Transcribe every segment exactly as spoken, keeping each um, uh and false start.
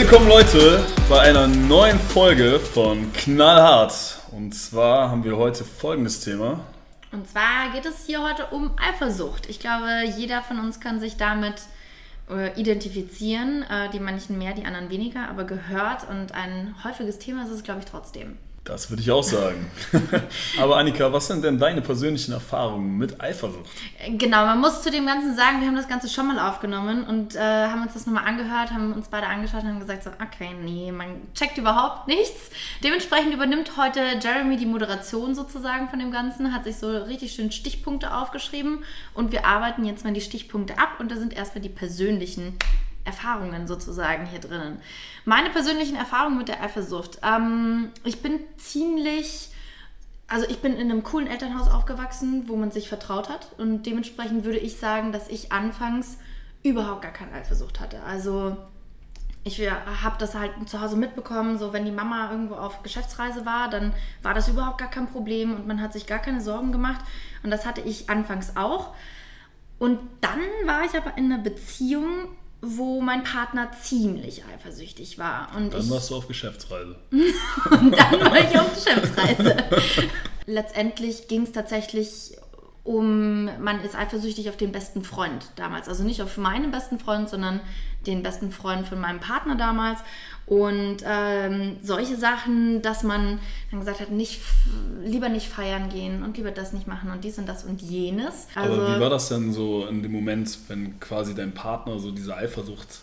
Willkommen Leute bei einer neuen Folge von Knallhart. Und zwar haben wir heute folgendes Thema. Und zwar geht es hier heute um Eifersucht. Ich glaube, jeder von uns kann sich damit äh, identifizieren. Äh, die manchen mehr, die anderen weniger, aber gehört. Und ein häufiges Thema ist es, glaube ich, trotzdem. Das würde ich auch sagen. Aber Annika, was sind denn deine persönlichen Erfahrungen mit Eifersucht? Genau, man muss zu dem Ganzen sagen, wir haben das Ganze schon mal aufgenommen und äh, haben uns das nochmal angehört, haben uns beide angeschaut und haben gesagt, so, okay, nee, man checkt überhaupt nichts. Dementsprechend übernimmt heute Jeremy die Moderation sozusagen von dem Ganzen, hat sich so richtig schön Stichpunkte aufgeschrieben und wir arbeiten jetzt mal die Stichpunkte ab und da sind erstmal die persönlichen Erfahrungen sozusagen hier drinnen. Meine persönlichen Erfahrungen mit der Eifersucht. Ähm, ich bin ziemlich, also ich bin in einem coolen Elternhaus aufgewachsen, wo man sich vertraut hat und dementsprechend würde ich sagen, dass ich anfangs überhaupt gar keine Eifersucht hatte. Also ich habe das halt zu Hause mitbekommen, so wenn die Mama irgendwo auf Geschäftsreise war, dann war das überhaupt gar kein Problem und man hat sich gar keine Sorgen gemacht und das hatte ich anfangs auch. Und dann war ich aber in einer Beziehung, wo mein Partner ziemlich eifersüchtig war. Und dann ich, warst du auf Geschäftsreise. und dann war ich auf Geschäftsreise. Letztendlich ging es tatsächlich um, man ist eifersüchtig auf den besten Freund damals. Also nicht auf meinen besten Freund, sondern den besten Freund von meinem Partner damals. Und ähm, solche Sachen, dass man dann gesagt hat, nicht, lieber nicht feiern gehen und lieber das nicht machen und dies und das und jenes. Also, aber wie war das denn so in dem Moment, wenn quasi dein Partner so diese Eifersucht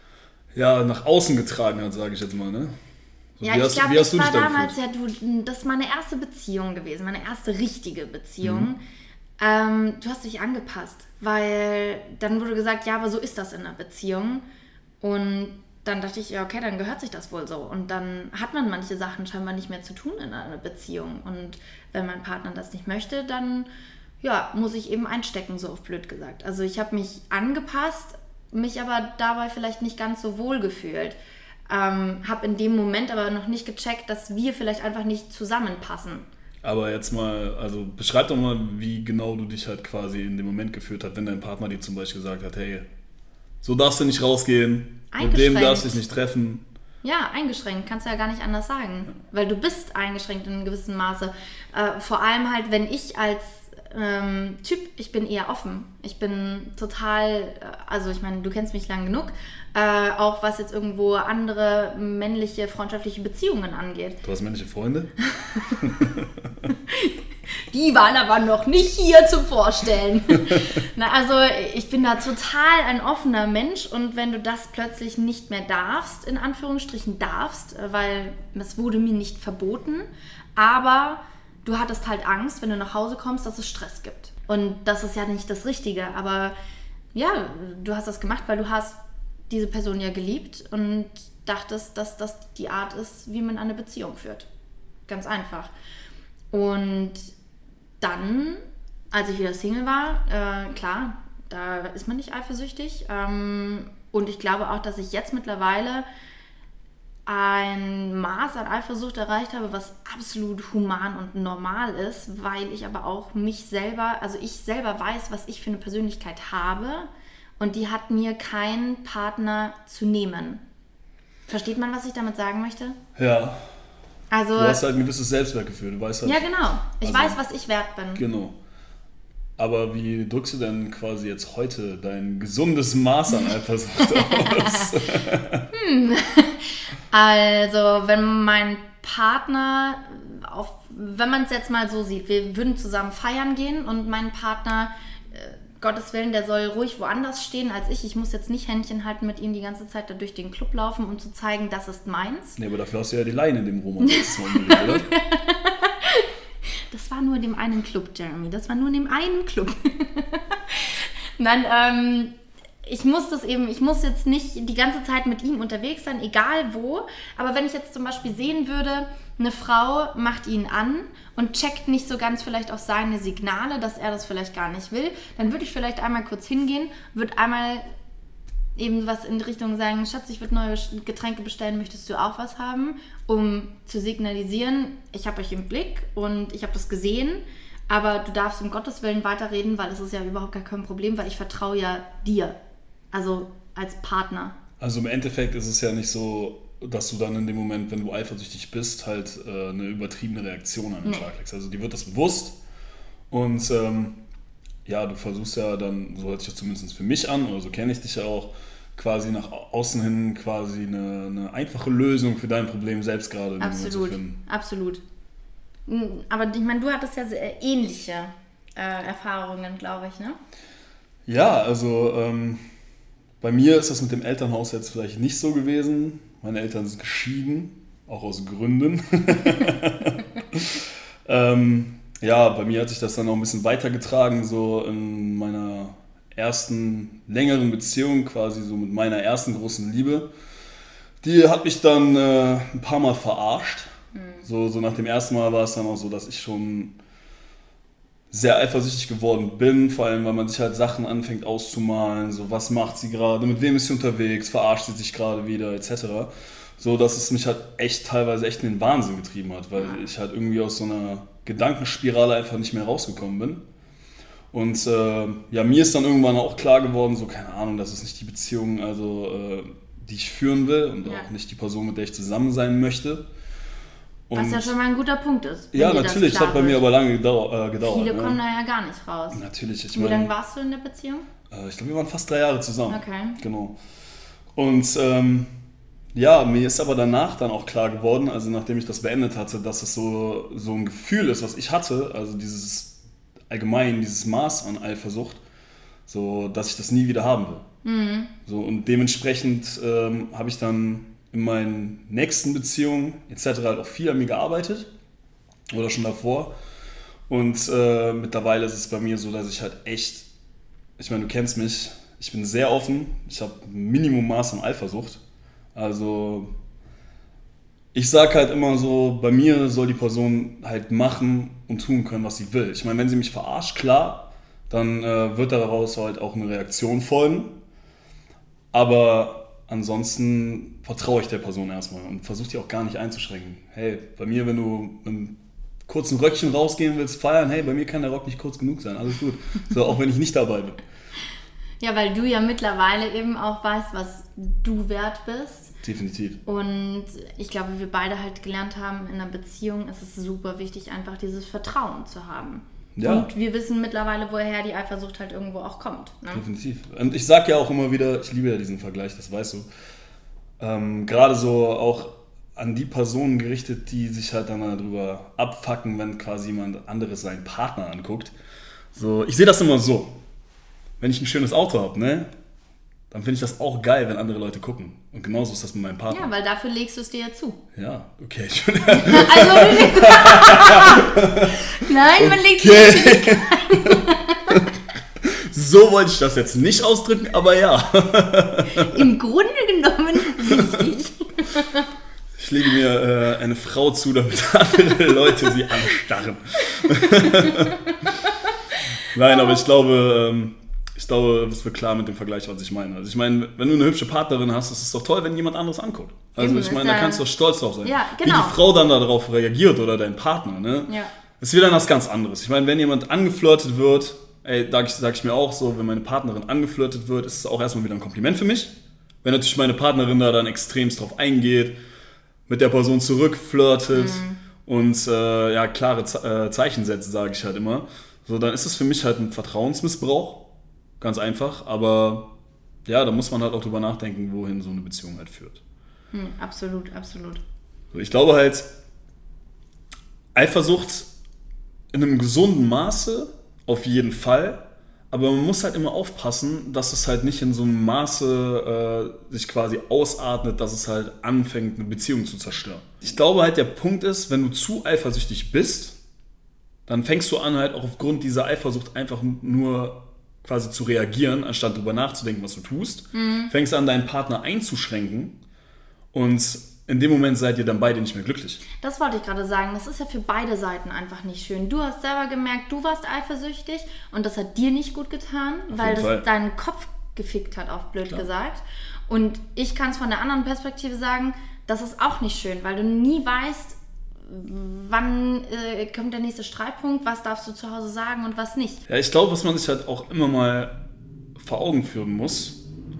ja, nach außen getragen hat, sage ich jetzt mal, ne? So, ja, wie ich hast, glaube, wie hast ich du war dich da damals, ja, gefühlt? du, das ist meine erste Beziehung gewesen, meine erste richtige Beziehung. Mhm. Ähm, du hast dich angepasst, weil dann wurde gesagt, ja, aber so ist das in einer Beziehung. Und dann dachte ich, ja, okay, dann gehört sich das wohl so. Und dann hat man manche Sachen scheinbar nicht mehr zu tun in einer Beziehung. Und wenn mein Partner das nicht möchte, dann ja, muss ich eben einstecken, so auf blöd gesagt. Also ich habe mich angepasst, mich aber dabei vielleicht nicht ganz so wohl gefühlt. Ähm, habe in dem Moment aber noch nicht gecheckt, dass wir vielleicht einfach nicht zusammenpassen. Aber jetzt mal, also beschreib doch mal, wie genau du dich halt quasi in dem Moment gefühlt hast, wenn dein Partner dir zum Beispiel gesagt hat, hey, so darfst du nicht rausgehen, mit dem darfst du dich nicht treffen. Ja, eingeschränkt, kannst du ja gar nicht anders sagen, ja. Weil du bist eingeschränkt in einem gewissen Maße. Äh, vor allem halt, wenn ich als ähm, Typ, ich bin eher offen. Ich bin total, also ich meine, du kennst mich lang genug, äh, auch was jetzt irgendwo andere männliche, freundschaftliche Beziehungen angeht. Du hast männliche Freunde? Die waren aber noch nicht hier zum Vorstellen. Na, also ich bin da total ein offener Mensch und wenn du das plötzlich nicht mehr darfst, in Anführungsstrichen darfst, weil es wurde mir nicht verboten, aber du hattest halt Angst, wenn du nach Hause kommst, dass es Stress gibt. Und das ist ja nicht das Richtige, aber ja, du hast das gemacht, weil du hast diese Person ja geliebt und dachtest, dass das die Art ist, wie man eine Beziehung führt. Ganz einfach. Und dann, als ich wieder Single war, äh, klar, da ist man nicht eifersüchtig. Ähm, und ich glaube auch, dass ich jetzt mittlerweile ein Maß an Eifersucht erreicht habe, was absolut human und normal ist, weil ich aber auch mich selber, also ich selber weiß, was ich für eine Persönlichkeit habe und die hat mir kein Partner zu nehmen. Versteht man, was ich damit sagen möchte? Ja. Also, du hast halt ein gewisses Selbstwertgefühl. Du weißt halt, ja, genau. Ich also, weiß, was ich wert bin. Genau. Aber wie drückst du denn quasi jetzt heute dein gesundes Maß an Eifersucht aus? hm. Also, wenn mein Partner, auf, wenn man es jetzt mal so sieht, wir würden zusammen feiern gehen und mein Partner, äh, Gottes Willen, der soll ruhig woanders stehen als ich. Ich muss jetzt nicht Händchen halten mit ihm die ganze Zeit da durch den Club laufen, um zu zeigen, das ist meins. Nee, aber dafür hast du ja die Leine in dem Roman letztes Mal umgelegt, oder? Das war nur in dem einen Club, Jeremy. Das war nur in dem einen Club. Nein, ähm, ich muss das eben, ich muss jetzt nicht die ganze Zeit mit ihm unterwegs sein, egal wo. Aber wenn ich jetzt zum Beispiel sehen würde, eine Frau macht ihn an und checkt nicht so ganz vielleicht auch seine Signale, dass er das vielleicht gar nicht will, dann würde ich vielleicht einmal kurz hingehen, würde einmal eben was in die Richtung sagen, Schatz, ich würde neue Getränke bestellen, möchtest du auch was haben? Um zu signalisieren, ich habe euch im Blick und ich habe das gesehen, aber du darfst um Gottes Willen weiterreden, weil es ist ja überhaupt gar kein Problem, weil ich vertraue ja dir, also als Partner. Also im Endeffekt ist es ja nicht so, dass du dann in dem Moment, wenn du eifersüchtig bist, halt äh, eine übertriebene Reaktion an den nee. Tag legst. Also dir wird das bewusst und ähm, ja, du versuchst ja dann, so hört sich das zumindest für mich an, oder so kenne ich dich ja auch, quasi nach außen hin quasi eine, eine einfache Lösung für dein Problem selbst gerade in dem Moment zu finden. Absolut. Aber ich meine, du hattest ja sehr ähnliche äh, Erfahrungen, glaube ich, ne? Ja, also ähm, bei mir ist das mit dem Elternhaus jetzt vielleicht nicht so gewesen. Meine Eltern sind geschieden, auch aus Gründen. ähm, ja, bei mir hat sich das dann auch ein bisschen weitergetragen, so in meiner ersten längeren Beziehung, quasi so mit meiner ersten großen Liebe. Die hat mich dann äh, ein paar Mal verarscht. Mhm. So, so nach dem ersten Mal war es dann auch so, dass ich schon sehr eifersüchtig geworden bin, vor allem, weil man sich halt Sachen anfängt auszumalen, so was macht sie gerade, mit wem ist sie unterwegs, verarscht sie sich gerade wieder, et cetera. So, dass es mich halt echt teilweise echt in den Wahnsinn getrieben hat, weil ich halt irgendwie aus so einer Gedankenspirale einfach nicht mehr rausgekommen bin. Und äh, ja, mir ist dann irgendwann auch klar geworden, so keine Ahnung, das ist nicht die Beziehung, also äh, die ich führen will und ja. auch nicht die Person, mit der ich zusammen sein möchte. Und was ja schon mal ein guter Punkt ist. Ja, natürlich, das hat bei mir aber lange gedau- äh, gedauert. Viele kommen ja. da ja gar nicht raus. Natürlich. Ich Wie mein, lange warst du in der Beziehung? Äh, ich glaube, wir waren fast drei Jahre zusammen. Okay. Genau. Und ähm, ja, mir ist aber danach dann auch klar geworden, also nachdem ich das beendet hatte, dass es so, so ein Gefühl ist, was ich hatte, also dieses allgemein, dieses Maß an Eifersucht, so, dass ich das nie wieder haben will. Mhm. So, und dementsprechend ähm, habe ich dann in meinen nächsten Beziehungen et cetera halt auch viel an mir gearbeitet oder schon davor und äh, mittlerweile ist es bei mir so, dass ich halt echt, ich meine, du kennst mich, ich bin sehr offen, ich habe ein Minimummaß an Eifersucht, also ich sage halt immer so, bei mir soll die Person halt machen und tun können, was sie will. Ich meine, wenn sie mich verarscht, klar, dann äh, wird daraus halt auch eine Reaktion folgen, aber ansonsten vertraue ich der Person erstmal und versuche die auch gar nicht einzuschränken. Hey, bei mir, wenn du mit einem kurzen Röckchen rausgehen willst, feiern, hey, bei mir kann der Rock nicht kurz genug sein, alles gut. So, auch wenn ich nicht dabei bin. Ja, weil du ja mittlerweile eben auch weißt, was du wert bist. Definitiv. Und ich glaube, wir beide halt gelernt haben, in einer Beziehung ist es super wichtig, einfach dieses Vertrauen zu haben. Ja. Und wir wissen mittlerweile, woher die Eifersucht halt irgendwo auch kommt. Ne? Definitiv. Und ich sage ja auch immer wieder, ich liebe ja diesen Vergleich, das weißt du. Ähm, gerade so auch an die Personen gerichtet, die sich halt dann darüber abfacken, wenn quasi jemand anderes seinen Partner anguckt. So, ich sehe das immer so. Wenn ich ein schönes Auto habe, ne, dann finde ich das auch geil, wenn andere Leute gucken. Und genauso ist das mit meinem Partner. Ja, weil dafür legst du es dir ja zu. Ja, okay. also, nein, man legt es sich nicht. So wollte ich das jetzt nicht ausdrücken, aber ja. Im Grunde genommen richtig. Ich lege mir äh, eine Frau zu, damit andere Leute sie anstarren. Nein, aber ich glaube... Ähm, Ich glaube, es wird klar mit dem Vergleich, was ich meine. Also ich meine, wenn du eine hübsche Partnerin hast, ist es doch toll, wenn jemand anderes anguckt. Also Eben, ich meine, da kannst du doch stolz drauf sein. Ja, genau. Wie die Frau dann darauf reagiert oder dein Partner, ne? Ja. Das ist wieder was ganz anderes. Ich meine, wenn jemand angeflirtet wird, ey, sag ich, sag ich mir auch so, wenn meine Partnerin angeflirtet wird, ist es auch erstmal wieder ein Kompliment für mich. Wenn natürlich meine Partnerin da dann extremst drauf eingeht, mit der Person zurückflirtet mhm. und äh, ja, klare Ze- äh, Zeichen setzt, sage ich halt immer, so, dann ist es für mich halt ein Vertrauensmissbrauch. Ganz einfach, aber ja, da muss man halt auch drüber nachdenken, wohin so eine Beziehung halt führt. Hm, absolut, absolut. Ich glaube halt, Eifersucht in einem gesunden Maße auf jeden Fall, aber man muss halt immer aufpassen, dass es halt nicht in so einem Maße äh, sich quasi ausatmet, dass es halt anfängt, eine Beziehung zu zerstören. Ich glaube halt, der Punkt ist, wenn du zu eifersüchtig bist, dann fängst du an halt auch aufgrund dieser Eifersucht einfach nur quasi zu reagieren, anstatt darüber nachzudenken, was du tust, mhm. fängst an, deinen Partner einzuschränken und in dem Moment seid ihr dann beide nicht mehr glücklich. Das wollte ich gerade sagen, das ist ja für beide Seiten einfach nicht schön. Du hast selber gemerkt, du warst eifersüchtig und das hat dir nicht gut getan, auf weil das Fall. Deinen Kopf gefickt hat, auf blöd Klar. gesagt. Und ich kann es von der anderen Perspektive sagen, das ist auch nicht schön, weil du nie weißt, wann äh, kommt der nächste Streitpunkt, was darfst du zu Hause sagen und was nicht. Ja, ich glaube, was man sich halt auch immer mal vor Augen führen muss,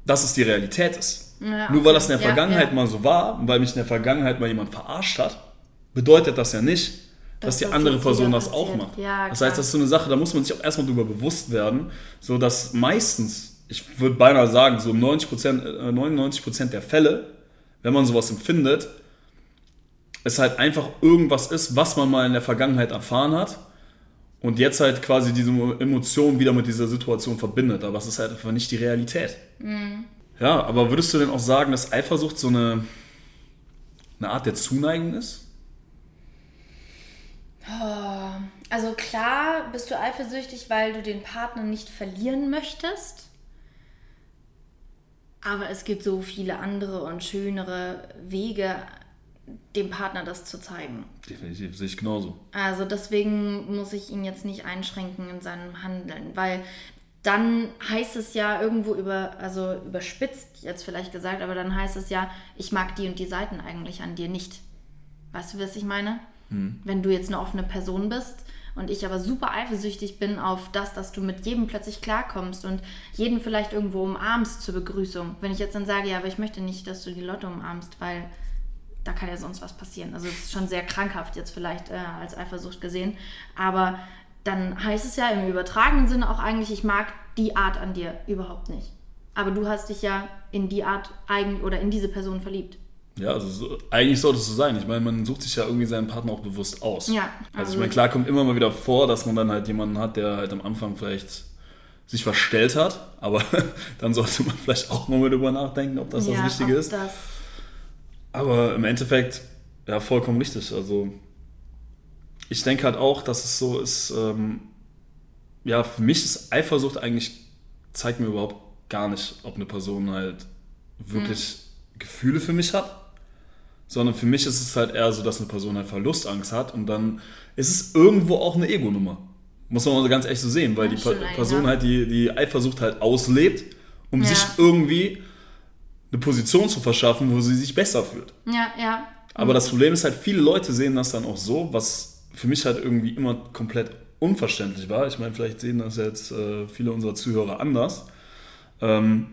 dass es die Realität ist. Ja, okay. Nur weil das in der Ja, Vergangenheit ja. mal so war und weil mich in der Vergangenheit mal jemand verarscht hat, bedeutet das ja nicht, dass Dass die das andere jetzt Person wieder das auch passiert. macht. Ja, das klar. heißt, das ist so eine Sache, da muss man sich auch erstmal drüber bewusst werden, so dass meistens, ich würde beinahe sagen, so neunzig Prozent, äh, neunundneunzig Prozent der Fälle, wenn man sowas empfindet, es halt einfach irgendwas ist, was man mal in der Vergangenheit erfahren hat und jetzt halt quasi diese Emotion wieder mit dieser Situation verbindet. Aber es ist halt einfach nicht die Realität. Mhm. Ja, aber würdest du denn auch sagen, dass Eifersucht so eine, eine Art der Zuneigung ist? Also klar bist du eifersüchtig, weil du den Partner nicht verlieren möchtest. Aber es gibt so viele andere und schönere Wege, dem Partner das zu zeigen. Definitiv, sehe ich genauso. Also deswegen muss ich ihn jetzt nicht einschränken in seinem Handeln, weil dann heißt es ja irgendwo über, also überspitzt jetzt vielleicht gesagt, aber dann heißt es ja, ich mag die und die Seiten eigentlich an dir nicht. Weißt du, was ich meine? Hm. Wenn du jetzt eine offene Person bist und ich aber super eifersüchtig bin auf das, dass du mit jedem plötzlich klarkommst und jeden vielleicht irgendwo umarmst zur Begrüßung. Wenn ich jetzt dann sage, ja, aber ich möchte nicht, dass du die Leute umarmst, weil da kann ja sonst was passieren. Also es ist schon sehr krankhaft jetzt vielleicht äh, als Eifersucht gesehen. Aber dann heißt es ja im übertragenen Sinne auch eigentlich, ich mag die Art an dir überhaupt nicht. Aber du hast dich ja in die Art eigen oder in diese Person verliebt. Ja, also so, eigentlich sollte es so sein. Ich meine, man sucht sich ja irgendwie seinen Partner auch bewusst aus. Ja. Also, Also ich meine, klar kommt immer mal wieder vor, dass man dann halt jemanden hat, der halt am Anfang vielleicht sich verstellt hat. Aber dann sollte man vielleicht auch mal darüber nachdenken, ob das ja, das Richtige ob ist. Das Aber im Endeffekt, ja, vollkommen richtig. Also ich denke halt auch, dass es so ist, ähm, ja, für mich ist Eifersucht eigentlich, zeigt mir überhaupt gar nicht, ob eine Person halt wirklich hm. Gefühle für mich hat, sondern für mich ist es halt eher so, dass eine Person halt Verlustangst hat und dann ist es irgendwo auch eine Ego-Nummer. Muss man mal ganz echt so sehen, weil ja, die schon Person ja. halt die, die Eifersucht halt auslebt, um ja. sich irgendwie eine Position zu verschaffen, wo sie sich besser fühlt. Ja, ja. Aber das Problem ist halt, viele Leute sehen das dann auch so, was für mich halt irgendwie immer komplett unverständlich war. Ich meine, vielleicht sehen das jetzt äh, viele unserer Zuhörer anders. Ähm,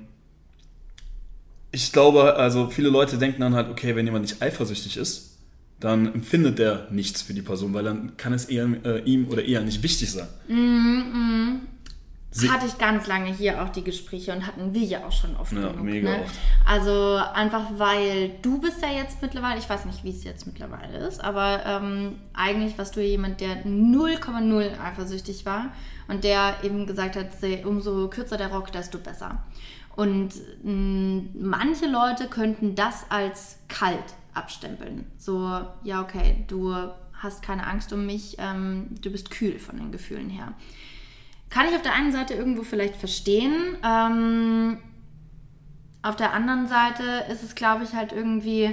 ich glaube, also viele Leute denken dann halt, okay, wenn jemand nicht eifersüchtig ist, dann empfindet der nichts für die Person, weil dann kann es eher, äh, ihm oder ihr nicht wichtig sein. Mm, mm. Sie- Hatte ich ganz lange hier auch die Gespräche und hatten wir ja auch schon oft ja, genug. Mega ne? oft. Also einfach, weil du bist ja jetzt mittlerweile, ich weiß nicht, wie es jetzt mittlerweile ist, aber ähm, eigentlich warst du jemand, der null Komma null eifersüchtig war und der eben gesagt hat, umso kürzer der Rock, desto besser. Und mh, manche Leute könnten das als kalt abstempeln. So, ja okay, du hast keine Angst um mich, ähm, du bist kühl von den Gefühlen her. Kann ich auf der einen Seite irgendwo vielleicht verstehen. Ähm, auf der anderen Seite ist es, glaube ich, halt irgendwie,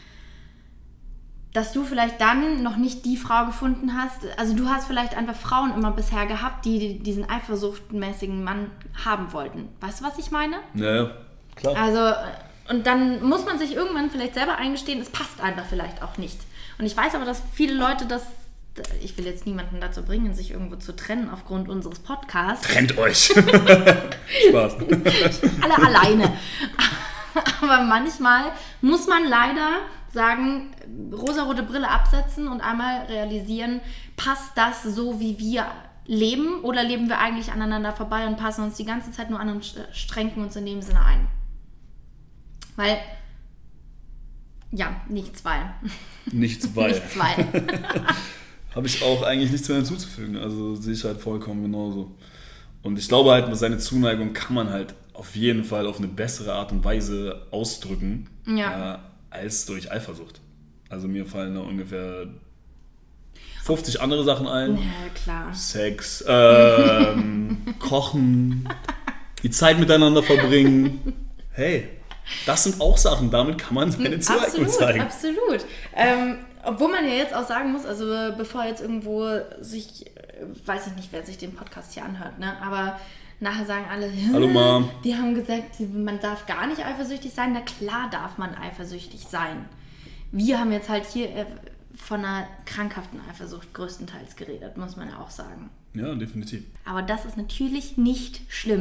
dass du vielleicht dann noch nicht die Frau gefunden hast. Also du hast vielleicht einfach Frauen immer bisher gehabt, die diesen eifersuchtmäßigen Mann haben wollten. Weißt du, was ich meine? Ja, ja, klar. Also, und dann muss man sich irgendwann vielleicht selber eingestehen, es passt einfach vielleicht auch nicht. Und ich weiß aber, dass viele Leute das, ich will jetzt niemanden dazu bringen, sich irgendwo zu trennen aufgrund unseres Podcasts. Trennt euch! Spaß. Alle alleine. Aber manchmal muss man leider sagen, rosarote Brille absetzen und einmal realisieren, passt das so, wie wir leben, oder leben wir eigentlich aneinander vorbei und passen uns die ganze Zeit nur an und strengen uns in dem Sinne ein. Weil, ja, nichts weil. Nichts weil. Nichts weil. Habe ich auch eigentlich nichts mehr hinzuzufügen. Also sehe ich halt vollkommen genauso. Und ich glaube halt, seine Zuneigung kann man halt auf jeden Fall auf eine bessere Art und Weise ausdrücken, ja. äh, als durch Eifersucht. Also mir fallen da ungefähr fünfzig andere Sachen ein. Ja, klar. Sex, ähm, Kochen, die Zeit miteinander verbringen. Hey, das sind auch Sachen, damit kann man seine Zuneigung absolut, zeigen. Absolut. Ähm, obwohl man ja jetzt auch sagen muss, also bevor jetzt irgendwo sich, weiß ich nicht, wer sich den Podcast hier anhört, ne? Aber nachher sagen alle, hallo Mom, die haben gesagt, man darf gar nicht eifersüchtig sein. Na klar darf man eifersüchtig sein. Wir haben jetzt halt hier äh, von einer krankhaften Eifersucht größtenteils geredet, muss man ja auch sagen. Ja, definitiv. Aber das ist natürlich nicht schlimm.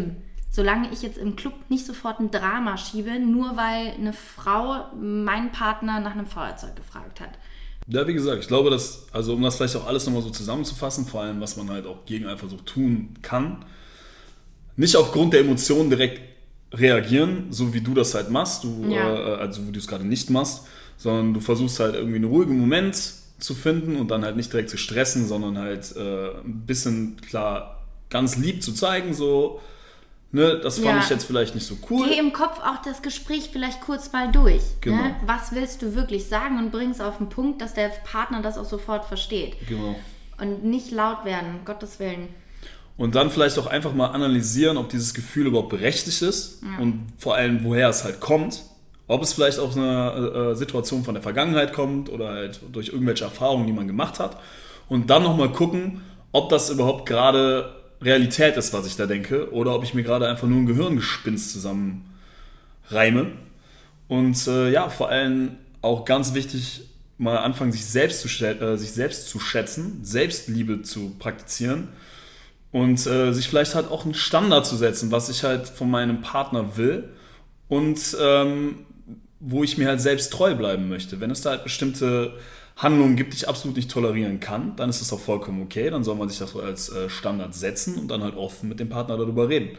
solange ich jetzt im Club nicht sofort ein Drama schiebe, nur weil eine Frau meinen Partner nach einem Feuerzeug gefragt hat. Ja, wie gesagt, ich glaube, dass, also um das vielleicht auch alles nochmal so zusammenzufassen, vor allem, was man halt auch gegen Eifersucht tun kann, nicht aufgrund der Emotionen direkt reagieren, so wie du das halt machst, du, ja. äh, also wie du es gerade nicht machst, sondern du versuchst halt irgendwie einen ruhigen Moment zu finden und dann halt nicht direkt zu stressen, sondern halt äh, ein bisschen, klar, ganz lieb zu zeigen, so, ne, das fand ja. ich jetzt vielleicht nicht so cool. Geh im Kopf auch das Gespräch vielleicht kurz mal durch. Genau. Ne? Was willst du wirklich sagen und bring es auf den Punkt, dass der Partner das auch sofort versteht. Genau. Und nicht laut werden, Gottes Willen. Und dann vielleicht auch einfach mal analysieren, ob dieses Gefühl überhaupt berechtigt ist ja. und vor allem, woher es halt kommt. Ob es vielleicht aus einer äh, Situation von der Vergangenheit kommt oder halt durch irgendwelche Erfahrungen, die man gemacht hat. Und dann nochmal gucken, ob das überhaupt gerade Realität ist, was ich da denke, oder ob ich mir gerade einfach nur ein Gehirngespinst zusammenreime. Und äh, ja, vor allem auch ganz wichtig, mal anfangen, sich selbst zu, äh, sich selbst zu schätzen, Selbstliebe zu praktizieren und äh, sich vielleicht halt auch einen Standard zu setzen, was ich halt von meinem Partner will und ähm, wo ich mir halt selbst treu bleiben möchte. Wenn es da halt bestimmte Handlungen gibt, die ich absolut nicht tolerieren kann, dann ist das auch vollkommen okay. Dann soll man sich das als Standard setzen und dann halt offen mit dem Partner darüber reden.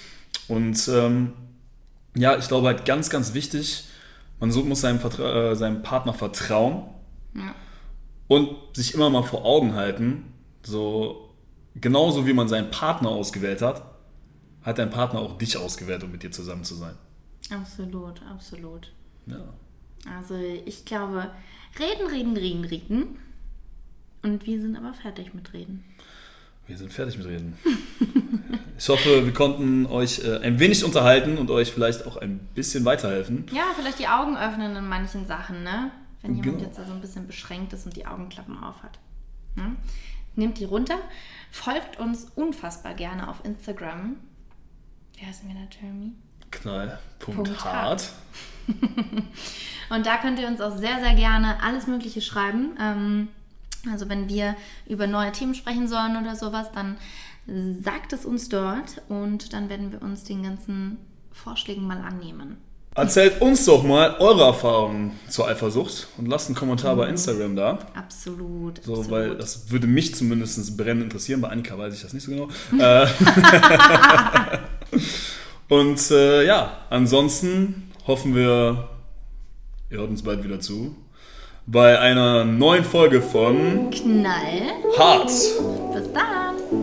Und ähm, ja, ich glaube halt ganz, ganz wichtig, man muss seinem, Vertra- äh, seinem Partner vertrauen ja. und sich immer mal vor Augen halten, so genauso wie man seinen Partner ausgewählt hat, hat dein Partner auch dich ausgewählt, um mit dir zusammen zu sein. Absolut, absolut. Ja. Also ich glaube, reden, reden, reden, reden. Und wir sind aber fertig mit Reden. Wir sind fertig mit Reden. Ich hoffe, wir konnten euch äh, ein wenig unterhalten und euch vielleicht auch ein bisschen weiterhelfen. Ja, vielleicht die Augen öffnen in manchen Sachen, ne? Wenn jemand Genau. jetzt da so ein bisschen beschränkt ist und die Augenklappen auf hat. Ne? Nehmt die runter. Folgt uns unfassbar gerne auf Instagram. Wie heißen wir da, Jeremy? Knall. Punkt, Punkt hart. hart. Und da könnt ihr uns auch sehr, sehr gerne alles Mögliche schreiben. Ähm, also wenn wir über neue Themen sprechen sollen oder sowas, dann sagt es uns dort und dann werden wir uns den ganzen Vorschlägen mal annehmen. Erzählt uns doch mal eure Erfahrungen zur Eifersucht und lasst einen Kommentar mhm. bei Instagram da. Absolut. So, absolut. weil das würde mich zumindest brennend interessieren. Bei Annika weiß ich das nicht so genau. äh, und äh, ja, ansonsten hoffen wir, ihr hört uns bald wieder zu, bei einer neuen Folge von Knall Hart. Bis dann.